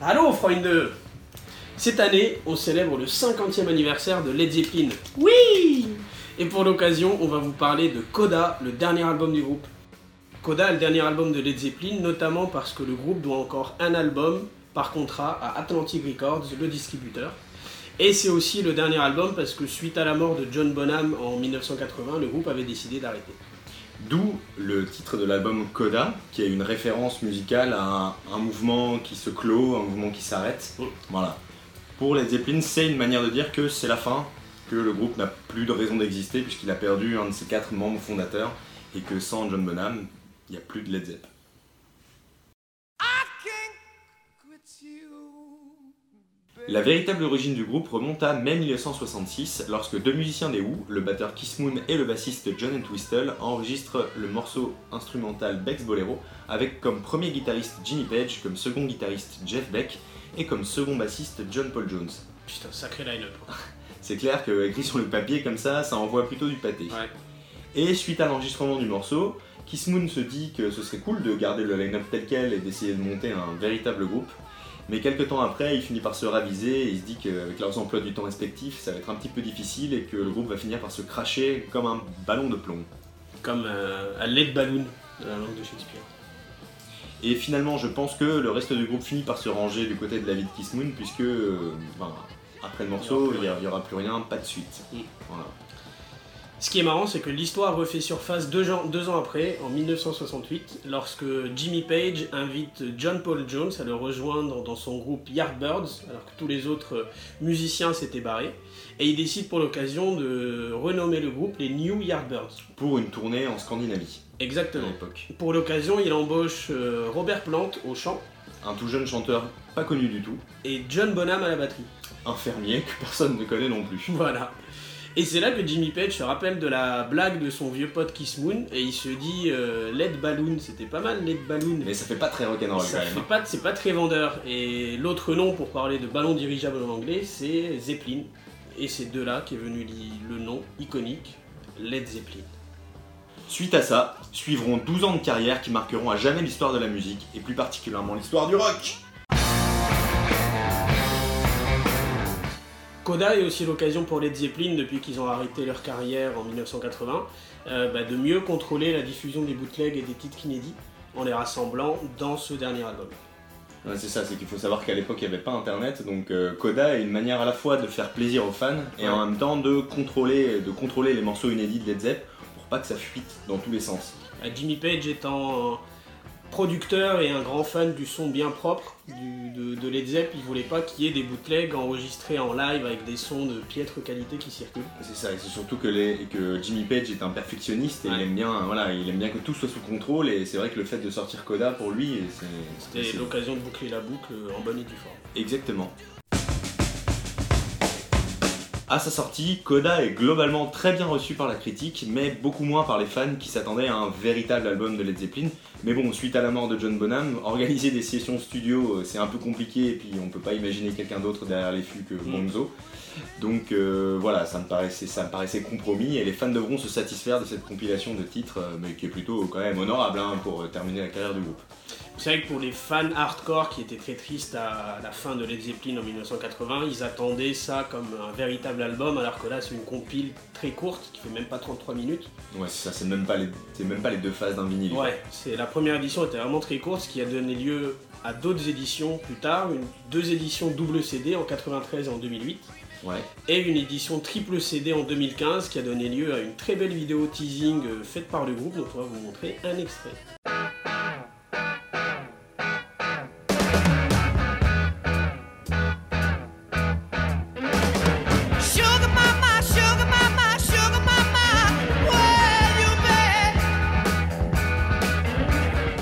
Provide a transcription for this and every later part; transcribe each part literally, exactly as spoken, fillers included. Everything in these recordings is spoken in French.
Allô, Freunde! Cette année, on célèbre le cinquantième anniversaire de Led Zeppelin. Oui! Et pour l'occasion, on va vous parler de Coda, le dernier album du groupe. Coda est le dernier album de Led Zeppelin, notamment parce que le groupe doit encore un album par contrat à Atlantic Records, le distributeur. Et c'est aussi le dernier album parce que suite à la mort de John Bonham en mille neuf cent quatre-vingts, le groupe avait décidé d'arrêter. D'où le titre de l'album Coda, qui est une référence musicale à un, un mouvement qui se clôt, un mouvement qui s'arrête. Mm. Voilà. Pour Led Zeppelin, c'est une manière de dire que c'est la fin, que le groupe n'a plus de raison d'exister puisqu'il a perdu un de ses quatre membres fondateurs et que sans John Bonham, il n'y a plus de Led Zeppelin. La véritable origine du groupe remonte à mai mille neuf cent soixante-six, lorsque deux musiciens des Who, le batteur Keith Moon et le bassiste John Entwistle, enregistrent le morceau instrumental Beck's Bolero, avec comme premier guitariste Jimmy Page, comme second guitariste Jeff Beck, et comme second bassiste John Paul Jones. Putain, sacré line-up. C'est clair que écrit sur le papier comme ça, ça envoie plutôt du pâté. Ouais. Et suite à l'enregistrement du morceau, Keith Moon se dit que ce serait cool de garder le line-up tel quel et d'essayer de monter un véritable groupe. Mais quelques temps après, il finit par se raviser et il se dit qu'avec leurs emplois du temps respectifs, ça va être un petit peu difficile et que le groupe va finir par se cracher comme un ballon de plomb. Comme euh, un lead balloon de la langue de Shakespeare. Et finalement, je pense que le reste du groupe finit par se ranger du côté de la vie de Keith Moon, puisque euh, ben, après le morceau, il n'y aura plus rien, pas de suite. Mm. Voilà. Ce qui est marrant, c'est que l'histoire refait surface deux ans, deux ans après, en mille neuf cent soixante-huit, lorsque Jimmy Page invite John Paul Jones à le rejoindre dans son groupe Yardbirds, alors que tous les autres musiciens s'étaient barrés, et il décide pour l'occasion de renommer le groupe les New Yardbirds. Pour une tournée en Scandinavie, à Exactement. l'époque. Pour l'occasion, il embauche euh, Robert Plant au chant Un tout jeune chanteur pas connu du tout, et John Bonham à la batterie. un fermier que personne ne connaît non plus. Voilà. Et c'est là que Jimmy Page se rappelle de la blague de son vieux pote Keith Moon et il se dit euh, Lead Balloon, c'était pas mal Lead Balloon. Mais ça fait pas très rock'n'roll Ça quand même. fait pas, c'est pas très vendeur. Et l'autre nom pour parler de ballon dirigeable en anglais, c'est Zeppelin. Et c'est de là qu'est venu le nom iconique Led Zeppelin. Suite à ça, suivront douze ans de carrière qui marqueront à jamais l'histoire de la musique, et plus particulièrement l'histoire du rock. Coda est aussi l'occasion pour Led Zeppelin, depuis qu'ils ont arrêté leur carrière en mille neuf cent quatre-vingts, euh, bah, de mieux contrôler la diffusion des bootlegs et des titres inédits en les rassemblant dans ce dernier album. Ouais, c'est ça, c'est qu'il faut savoir qu'à l'époque il n'y avait pas internet, donc euh, Coda est une manière à la fois de faire plaisir aux fans et Ouais. en même temps de contrôler, de contrôler les morceaux inédits de Led Zepp pour pas que ça fuite dans tous les sens. Euh, Jimmy Page étant producteur et un grand fan du son bien propre du, de, de Led Zepp, il voulait pas qu'il y ait des bootlegs enregistrés en live avec des sons de piètre qualité qui circulent. C'est ça, et c'est surtout que, les, que Jimmy Page est un perfectionniste et Ouais. il, aime bien, voilà, il aime bien que tout soit sous contrôle, et c'est vrai que le fait de sortir Coda pour lui, c'est... C'était c'est- l'occasion de boucler la boucle en bonne et due forme. Exactement. À sa sortie, Coda est globalement très bien reçu par la critique, mais beaucoup moins par les fans qui s'attendaient à un véritable album de Led Zeppelin. Mais bon, suite à la mort de John Bonham, organiser des sessions studio, euh, c'est un peu compliqué, et puis on peut pas imaginer quelqu'un d'autre derrière les fûts que Bonzo. Donc euh, voilà, ça me, paraissait, ça me paraissait compromis, et les fans devront se satisfaire de cette compilation de titres, euh, mais qui est plutôt quand même honorable hein, pour euh, terminer la carrière du groupe. C'est vrai que pour les fans hardcore qui étaient très tristes à la fin de Led Zeppelin en mille neuf cent quatre-vingts, ils attendaient ça comme un véritable album, alors que là c'est une compile très courte qui fait même pas trente-trois minutes. Ouais, c'est ça, c'est même pas les, c'est même pas les deux phases d'un vinyle. Ouais, c'est la première édition était vraiment très courte, ce qui a donné lieu à d'autres éditions plus tard, une, deux éditions double C D en quatre-vingt-treize et en deux mille huit, Ouais. et une édition triple C D en deux mille quinze qui a donné lieu à une très belle vidéo teasing euh, faite par le groupe, dont on va vous montrer un extrait. Sugar mama, sugar mama, sugar mama, where you been?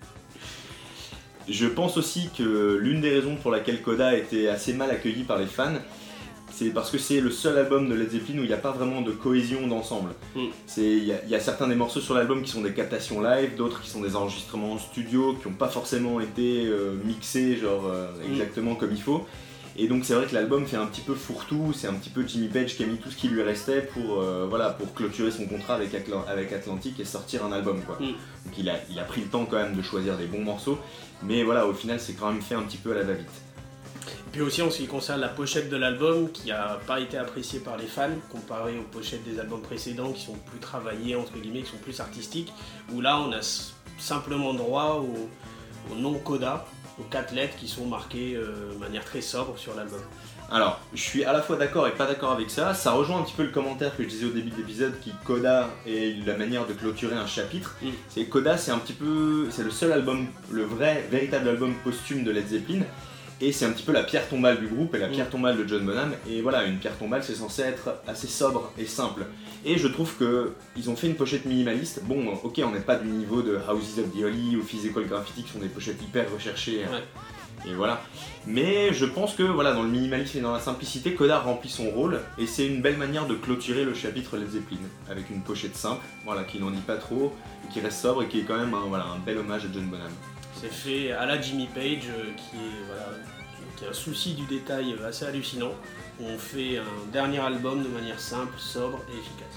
Je pense aussi que l'une des raisons pour laquelle Coda a été assez mal accueilli par les fans, c'est parce que c'est le seul album de Led Zeppelin où il n'y a pas vraiment de cohésion d'ensemble. Mm. Il y, a- y a certains des morceaux sur l'album qui sont des captations live, d'autres qui sont des enregistrements en studio, qui n'ont pas forcément été euh, mixés genre euh, Mm. exactement comme il faut. Et donc c'est vrai que l'album fait un petit peu fourre-tout, c'est un petit peu Jimmy Page qui a mis tout ce qui lui restait pour, euh, voilà, pour clôturer son contrat avec, Atl- avec Atlantic et sortir un album, quoi. Mm. Donc il a, il a pris le temps quand même de choisir des bons morceaux, mais voilà, au final c'est quand même fait un petit peu à la va-vite. puis aussi en ce qui concerne la pochette de l'album, qui n'a pas été appréciée par les fans, comparé aux pochettes des albums précédents qui sont plus travaillées, entre guillemets, qui sont plus artistiques, où là on a s- simplement droit au, au nom Coda, aux quatre lettres qui sont marquées euh, de manière très sobre sur l'album. Alors, je suis à la fois d'accord et pas d'accord avec ça. Ça rejoint un petit peu le commentaire que je disais au début de l'épisode, qui Coda est la manière de clôturer un chapitre. Mm. C'est Coda, c'est un petit peu, c'est le seul album, le vrai, véritable album posthume de Led Zeppelin. Et c'est un petit peu la pierre tombale du groupe et la pierre tombale de John Bonham. Et voilà, une pierre tombale, c'est censé être assez sobre et simple. Et je trouve qu'ils ont fait une pochette minimaliste. Bon, ok, on n'est pas du niveau de Houses of the Holy ou Physical Graffiti, qui sont des pochettes hyper recherchées. Ouais. Et voilà. Mais je pense que voilà, dans le minimalisme et dans la simplicité, Coda remplit son rôle. Et c'est une belle manière de clôturer le chapitre Led Zeppelin. Avec une pochette simple, voilà, qui n'en dit pas trop, et qui reste sobre et qui est quand même un, voilà, un bel hommage à John Bonham. C'est fait à la Jimmy Page, euh, qui, est, voilà, qui a un souci du détail assez hallucinant. On fait un dernier album de manière simple, sobre et efficace.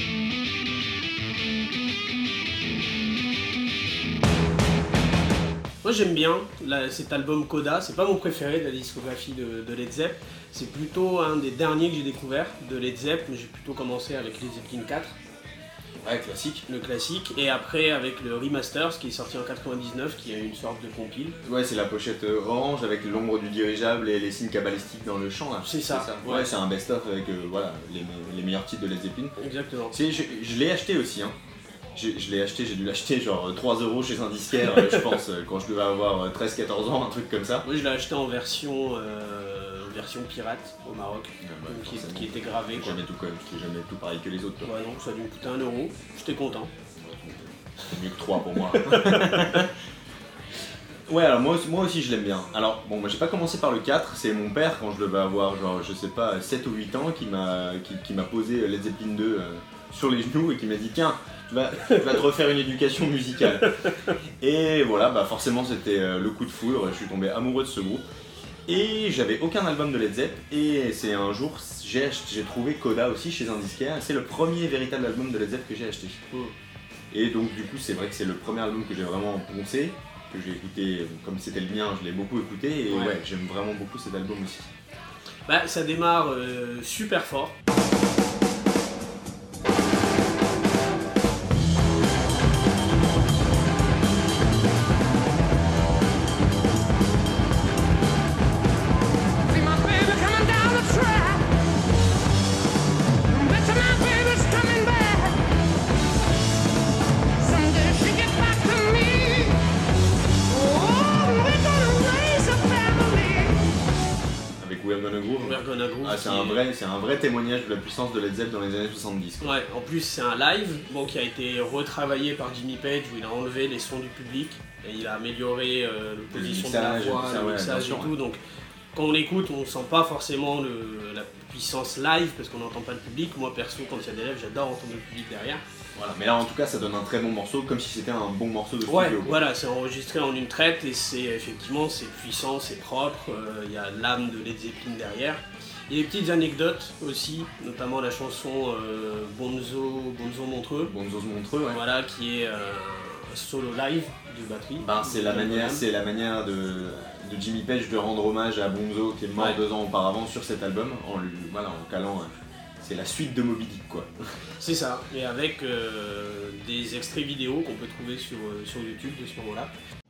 Moi j'aime bien là, cet album Coda, c'est pas mon préféré de la discographie de, de Led Zepp, c'est plutôt un des derniers que j'ai découvert de Led Zepp, mais j'ai plutôt commencé avec Led Zeppelin quatre. Ouais, classique. Le classique, et après avec le Remasters qui est sorti en quatre-vingt-dix-neuf, qui est une sorte de compile. Ouais, c'est la pochette euh, orange avec l'ombre du dirigeable et les signes cabalistiques dans le champ là. C'est ça, Ouais, ouais. c'est un best-of avec euh, voilà, les, les meilleurs titres de Led Zeppelin. Exactement. C'est- Je, je l'ai acheté aussi, hein. Je, je l'ai acheté, j'ai dû l'acheter genre trois euros chez un disquaire, euh, je pense, euh, quand je devais avoir treize quatorze ans, un truc comme ça. Moi je l'ai acheté en version, euh, version pirate au Maroc, Ah bah, donc qui, forcément. qui était gravé. J'ai Quoi. jamais tout comme, j'ai jamais tout pareil que les autres. Quoi. Ouais, donc ça a dû me coûter un euro, j'étais content. C'est mieux que trois pour moi. Ouais, alors moi, aussi- moi aussi je l'aime bien. Alors, bon, moi j'ai pas commencé par le quatre, c'est mon père quand je devais avoir genre, je sais pas, sept ou huit ans qui m'a qui, qui m'a posé Led Zeppelin deux euh, sur les genoux et qui m'a dit tiens, tu vas, tu vas te refaire une éducation musicale. Et voilà, bah forcément c'était euh, le coup de foudre, je suis tombé amoureux de ce groupe. Et j'avais aucun album de Led Zepp, et c'est un jour, j'ai ach- j'ai trouvé Coda aussi chez un disquaire, c'est le premier véritable album de Led Zepp que j'ai acheté. Mm. Et donc du coup c'est vrai que c'est le premier album que j'ai vraiment poncé, que j'ai écouté, comme c'était le mien, je l'ai beaucoup écouté, et ouais, Ouais. j'aime vraiment beaucoup cet album aussi. Bah ça démarre euh, super fort. See my baby coming down the track. Bet you my baby's coming back. Someday she get back to me. Oh, we're gonna raise a family. Avec We're Gonna Groove. We're Gonna Groove, Ah, c'est qui un est- vrai, c'est un vrai témoignage de la puissance de Led Zepp dans les années soixante-dix. quoi. Ouais, en plus c'est un live bon, qui a été retravaillé par Jimmy Page où il a enlevé les sons du public et il a amélioré euh, la position de la mixage, voix, tout ça, le ouais, mixage bien et sûr, tout. Donc quand on l'écoute, on sent pas forcément le- la puissance live parce qu'on n'entend pas le public. Moi perso, quand il y a des lives, j'adore entendre le public derrière. Voilà. Mais là en tout cas ça donne un très bon morceau, comme si c'était un bon morceau de studio. Ouais, quoi. voilà, c'est enregistré en une traite et c'est effectivement c'est puissant, c'est propre, euh, il y a l'âme de Led Zeppelin derrière. Il y a des petites anecdotes aussi, notamment la chanson euh, Bonzo, Bonzo Montreux, Bonzo's Montreux, ouais. voilà, qui est euh, un solo live de batterie. Ben, c'est la De manière, Bonham. c'est la manière de, de Jimmy Page de rendre hommage à Bonzo qui est mort Ouais. deux ans auparavant sur cet album en lui, voilà, en calant. euh, C'est la suite de Moby Dick quoi. C'est ça, et avec euh, des extraits vidéo qu'on peut trouver sur, euh, sur YouTube de ce moment-là.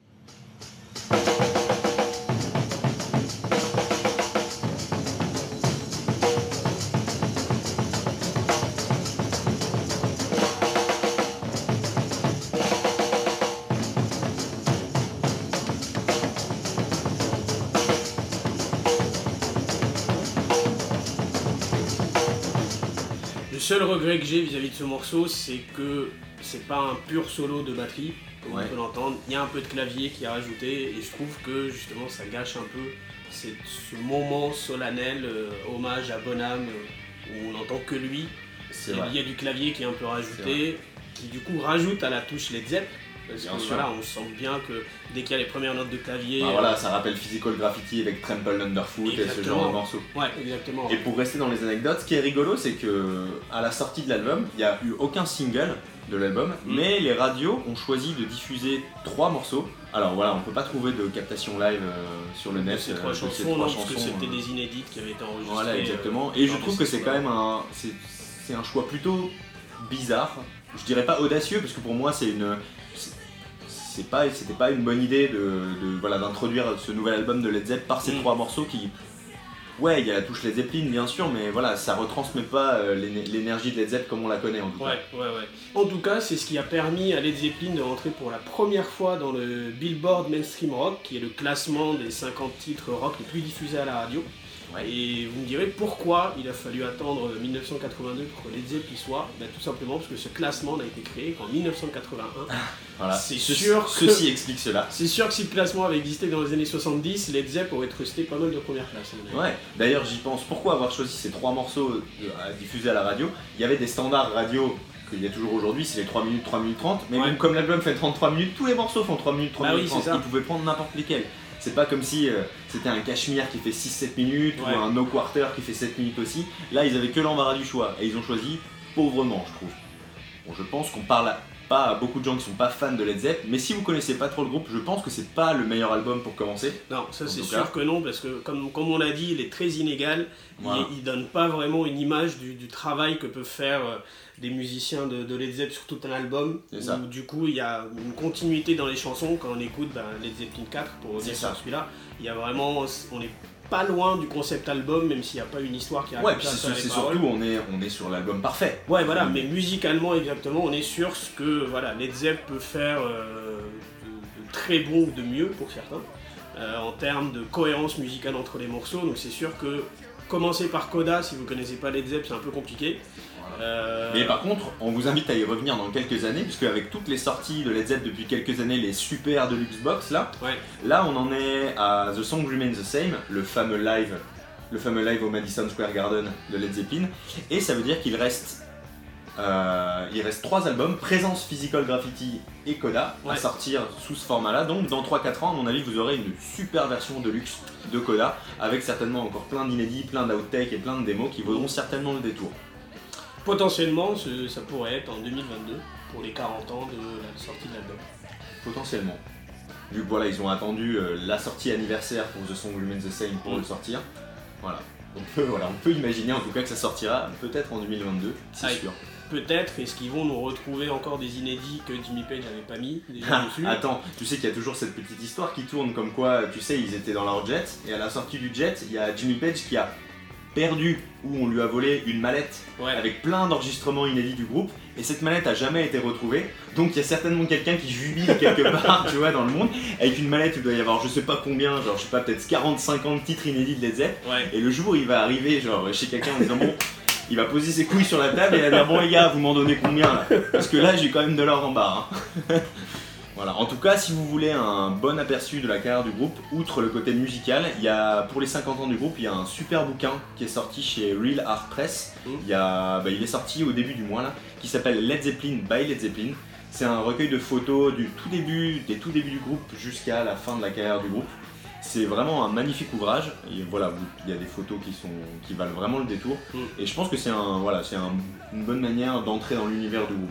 Le seul regret que j'ai vis-à-vis de ce morceau, c'est que c'est pas un pur solo de batterie, comme Ouais. on peut l'entendre. Il y a un peu de clavier qui est rajouté, et je trouve que justement ça gâche un peu cette- ce moment solennel, euh, hommage à Bonham, euh, où on n'entend que lui. C'est Et vrai. il y a du clavier qui est un peu C'est rajouté, qui du coup rajoute à la touche Led Zepp, Parce Bien que sûr. voilà, on sent bien que dès qu'il y a les premières notes de clavier. Ah, euh, voilà, ça rappelle Physical Graffiti avec Trample Underfoot et ce Exactement. genre de morceaux. Ouais, exactement. Et pour rester dans les anecdotes, ce qui est rigolo, c'est que à la sortie de l'album, il n'y a eu aucun single de l'album, Mm. mais les radios ont choisi de diffuser trois morceaux. Alors voilà, on peut pas trouver de captation live euh, sur le net ces euh, trois de ces chansons, trois non, parce que chansons, c'était euh, des inédites qui avaient été enregistrées. Voilà, exactement. euh, Et je dans trouve des que c'est quand sessions. même un, c'est, c'est un choix plutôt bizarre. Je dirais pas audacieux parce que pour moi c'est une, c'est, c'est pas, c'était pas une bonne idée de, de voilà d'introduire ce nouvel album de Led Zepp par ces Mm. trois morceaux qui, ouais, il y a la touche Led Zeppelin bien sûr, mais voilà, ça retransmet pas euh, l'éne- l'énergie de Led Zepp comme on la connaît en tout cas. Ouais, ouais, ouais. En tout cas, c'est ce qui a permis à Led Zeppelin de rentrer pour la première fois dans le Billboard Mainstream Rock, qui est le classement des cinquante titres rock les plus diffusés à la radio. Ouais. Et vous me direz pourquoi il a fallu attendre dix-neuf cent quatre-vingt-deux pour que Led Zeppelin y soit. Ben, tout simplement parce que ce classement n'a été créé qu'en dix-neuf cent quatre-vingt-un. Voilà. C'est Ce- sûr que- Ceci explique cela. C'est sûr que si le classement avait existé dans les années soixante-dix, Led Zeppelin aurait trusté pas mal de premières places. à mon avis. Ouais, d'ailleurs j'y pense, pourquoi avoir choisi ces trois morceaux de- à diffuser à la radio? Il y avait des standards radio qu'il y a toujours aujourd'hui, c'est les trois minutes, trois minutes trente, mais Ouais. bon, comme l'album fait trente-trois minutes, tous les morceaux font trois minutes, trois Bah minutes oui, c'est trente, ça. ils pouvaient prendre n'importe lesquels. C'est pas comme si euh, c'était un Cashmere qui fait six sept minutes Ouais. ou un No Quarter qui fait sept minutes aussi. Là ils avaient que l'embarras du choix et ils ont choisi pauvrement je trouve. Bon, je pense qu'on parle à- pas à beaucoup de gens qui sont pas fans de Led Zepp, mais si vous connaissez pas trop le groupe, je pense que c'est pas le meilleur album pour commencer. Non, ça En c'est tout sûr cas. que non, parce que comme, comme on l'a dit, il est très inégal. Voilà. Il, il donne pas vraiment une image du, du travail que peuvent faire euh, des musiciens de, de Led Zeppelin sur tout un album. C'est ça. Où, du coup, il y a une continuité dans les chansons. Quand on écoute ben, Led Zeppelin quatre, pour revenir C'est ça. sur celui-là, il y a vraiment, on n'est pas loin du concept album, même s'il n'y a pas une histoire qui Ouais, raconte puis ça c'est, sur les c'est paroles. surtout on est, on est sur l'album parfait. Ouais, voilà, Mm. mais musicalement, exactement, on est sur ce que voilà, Led Zeppelin peut faire euh, de, de très bon ou de mieux pour certains, euh, en termes de cohérence musicale entre les morceaux. Donc c'est sûr que commencer par Coda, si vous connaissez pas Led Zeppelin, c'est un peu compliqué. Euh, Mais par contre, on vous invite à y revenir dans quelques années, puisque avec toutes les sorties de Led Zepp depuis quelques années, les super deluxe box là, Ouais, là on en est à The Song Remains the Same, le fameux live, le fameux live au Madison Square Garden de Led Zeppelin, et ça veut dire qu'il reste, euh, il reste trois albums, Présence, Physical Graffiti et Coda, à Ouais. sortir sous ce format-là. Donc dans trois quatre ans, à mon avis, vous aurez une super version de luxe de Coda, avec certainement encore plein d'inédits, plein d'outtakes et plein de démos qui vaudront certainement le détour. potentiellement, ce- ça pourrait être en deux mille vingt-deux, pour les quarante ans de la sortie de l'album. Potentiellement. Vu que voilà, ils ont attendu euh, la sortie anniversaire pour The Song Remains the Same pour Mm. le sortir. Voilà. On peut, voilà, on peut imaginer en tout cas que ça sortira peut-être en deux mille vingt-deux, c'est Ah, sûr. Peut-être, est-ce qu'ils vont nous retrouver encore des inédits que Jimmy Page n'avait pas mis déjà Ah, dessus? attends, tu sais qu'il y a toujours cette petite histoire qui tourne comme quoi, tu sais, ils étaient dans leur jet et à la sortie du jet, il y a Jimmy Page qui a perdu ou on lui a volé une mallette Ouais. avec plein d'enregistrements inédits du groupe et cette mallette a jamais été retrouvée, donc il y a certainement quelqu'un qui jubile quelque part, tu vois, dans le monde avec une mallette où il doit y avoir je sais pas combien, genre je sais pas, peut-être quarante cinquante titres inédits de Led Zepp, Ouais. et le jour où il va arriver genre chez quelqu'un en disant bon, il va poser ses couilles sur la table et il va dire bon les gars, vous m'en donnez combien là, parce que là j'ai quand même de l'or en barre. Hein. Voilà, en tout cas, si vous voulez un bon aperçu de la carrière du groupe, outre le côté musical, il y a, pour les cinquante ans du groupe, il y a un super bouquin qui est sorti chez Real Art Press. Mmh. Il, y a, bah, il est sorti au début du mois, là, qui s'appelle Led Zeppelin by Led Zeppelin. C'est un recueil de photos du tout début, des tout débuts du groupe jusqu'à la fin de la carrière du groupe. C'est vraiment un magnifique ouvrage. Et voilà, vous- il y a des photos qui, sont, qui valent vraiment le détour. Mmh. Et je pense que c'est un, voilà, c'est un- une bonne manière d'entrer dans l'univers du groupe.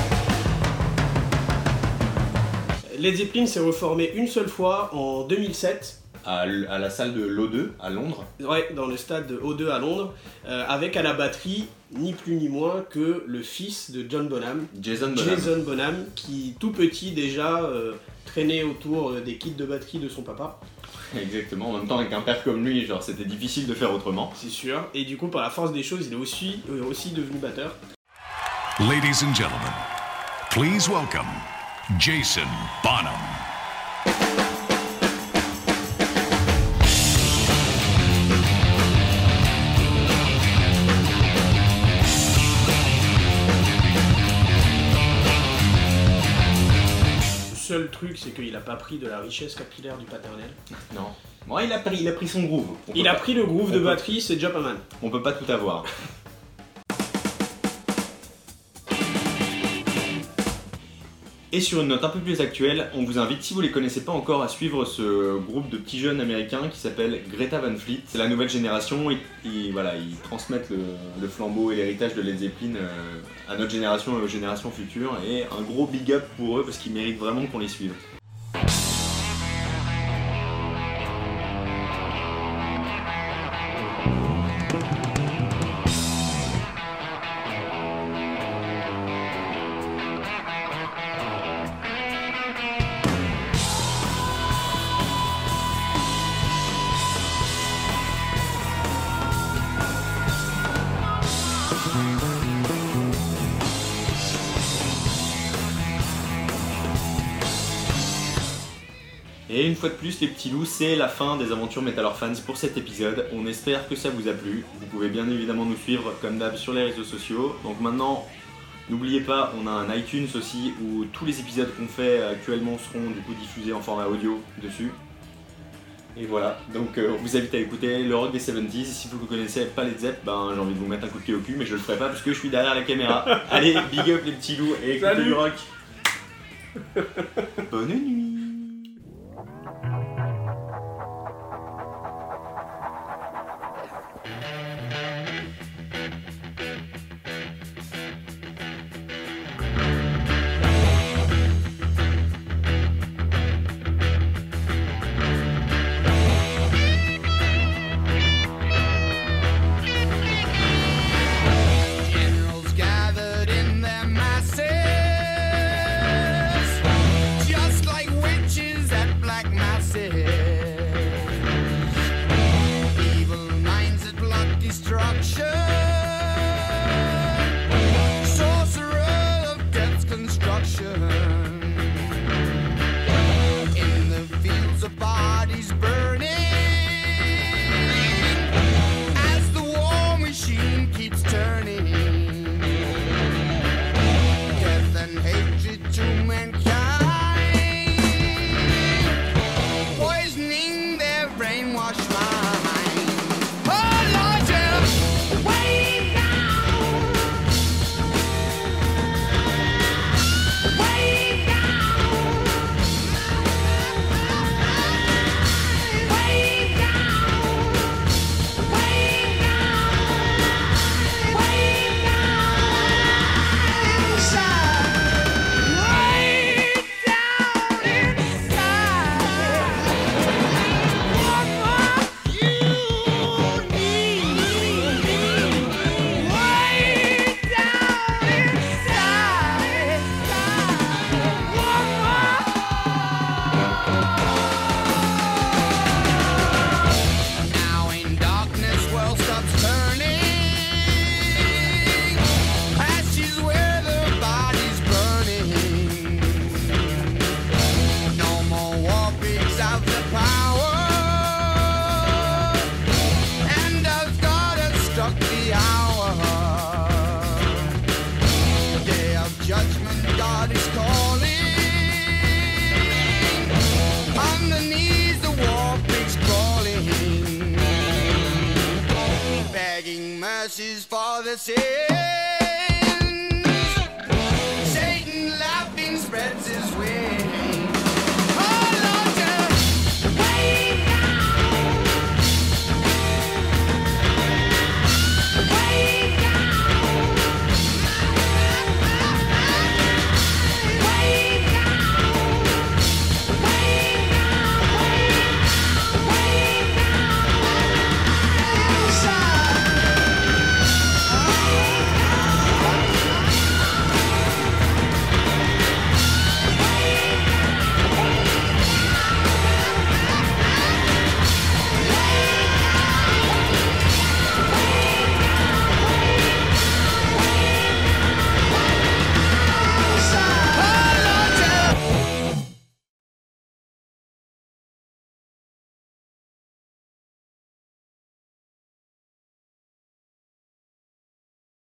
Led Zeppelin s'est reformé une seule fois en deux mille sept, À, l- à la salle de l'O deux à Londres. ouais, dans le stade de O deux à Londres, euh, avec à la batterie ni plus ni moins que le fils de John Bonham, Jason Bonham. Jason Bonham, qui tout petit déjà euh, traînait autour euh, des kits de batterie de son papa, Exactement, en même temps avec un père comme lui, genre c'était difficile de faire autrement. c'est sûr, et du coup par la force des choses, il est aussi, euh, aussi devenu batteur. Ladies and gentlemen, please welcome Jason Bonham. Le seul truc, c'est qu'il a pas pris de la richesse capillaire du paternel. Non. Bon, il a pris, il a pris son groove. On Il peut a pas- pris le groove on de peut- batterie, c'est déjà pas mal. On peut pas tout avoir. Et sur une note un peu plus actuelle, on vous invite, si vous ne les connaissez pas encore, à suivre ce groupe de petits jeunes américains qui s'appelle Greta Van Fleet. C'est la nouvelle génération, ils, ils, voilà, ils transmettent le, le flambeau et l'héritage de Led Zeppelin euh, à notre génération et aux générations futures. Et un gros big up pour eux parce qu'ils méritent vraiment qu'on les suive. Et une fois de plus les petits loups, c'est la fin des aventures Metal Orphans pour cet épisode. On espère que ça vous a plu. Vous pouvez bien évidemment nous suivre comme d'hab sur les réseaux sociaux. Donc maintenant, n'oubliez pas, on a un iTunes aussi où tous les épisodes qu'on fait actuellement seront du coup diffusés en format audio dessus. Et voilà, donc euh, on vous invite à écouter le rock des soixante-dix. Si vous ne connaissez pas les Zepp, ben j'ai envie de vous mettre un coup de pied au cul, mais je le ferai pas parce que je suis derrière la caméra. Allez, big up les petits loups et écoutez Salut. du rock. Bonne nuit. Generals gathered in their masses, just like witches at black masses. Evil minds that plot destruction, sorcerer of death's construction. In the fields of bodies burning, as the war machine keeps turning, death and hatred to mankind, poisoning their brainwashed mind. Oh Lord, yeah, way down, way down, way down, way down. Way down inside, way down inside, what more you need, way down inside, what more. Now in darkness, world stops turning. Ashes where the body's burning. No more war pigs have the power. And as God has struck the hour, day of judgment, God is calling. On the knees, the war pigs crawling, begging mercies for the sick.